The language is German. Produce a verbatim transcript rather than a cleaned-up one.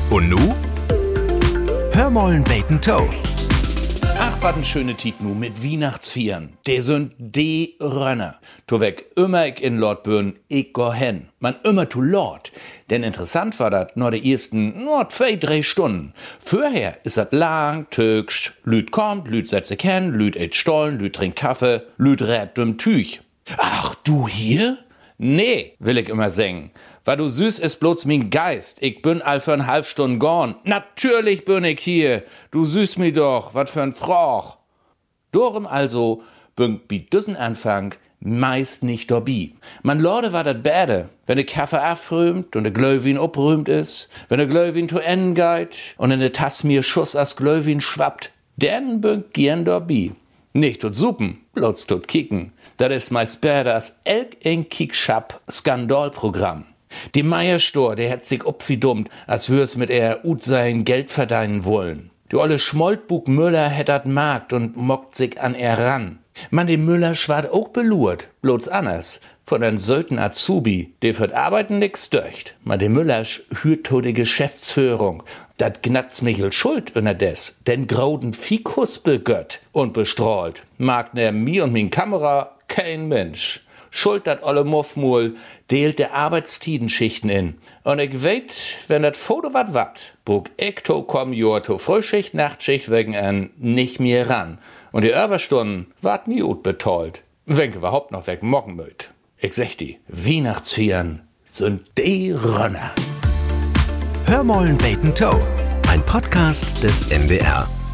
Und nu? Hörmollen Bacon Toe. Ach, wat n schöne Tit nu mit Weihnachtsvieren. Der sind de Rönner. To weg immer ich in Lord bin, ich go hen. Man immer to Lord. Denn interessant war dat nur de ersten, nur zwei, drei Stunden. Vorher is dat lang, töksch. Lüd kommt, Lüd setzt sich hin, Lüd et Stollen, Lüd trinkt Kaffee, Lüd rät dem Tüch. Ach, du hier? Nee, will ich immer singen. Weil du süß ist bloß mein Geist. Ich bin all für ein halb Stunde gone. Natürlich bin ich hier. Du süß mi doch. Wat für ein Froch. Dorum also bin bi düssen Anfang meist nicht dabei. Man lorde war dat bäde, wenn de Kaffee afrümt und de Glöwin oprümt is, wenn de Glöwin to enden geht und in de Tass mir Schuss as Glöwin schwappt, denn bin gern dabei. Nicht tot supen, bloß tot kicken. Dat is meist bäde as elk en Kickschap Skandalprogramm. Die Meierstor, der hat sich opfidummt, als wür's mit er ut sein Geld verdienen wollen. Die olle Schmoltbug Müller hätt dat Markt und mockt sich an er ran. Man, den Müller schwart auch belurt, bloß anders. Von den söten Azubi, der für Arbeiten nix döcht. Man, den Müller hürt to die Geschäftsführung. Dat gnatz Michel Schuld unterdes, den grauden Fikus begött und bestrahlt. Mag ner mi und min Kamera kein Mensch. Schuld dat olle Muffmul deelt der Arbeitstidenschichten in. Und ich weet, wenn dat Foto wat wat, bug ich to komm jor to Frühschicht, Nachtschicht wegen an nicht mehr ran. Und die Überstunden wart mi ut betollt. Wenn überhaupt noch weg mocken möt. Ich sech die, Weihnachtsvieren sind die Rönner. Hörmollen Bacon Toe. Ein Podcast des N D R.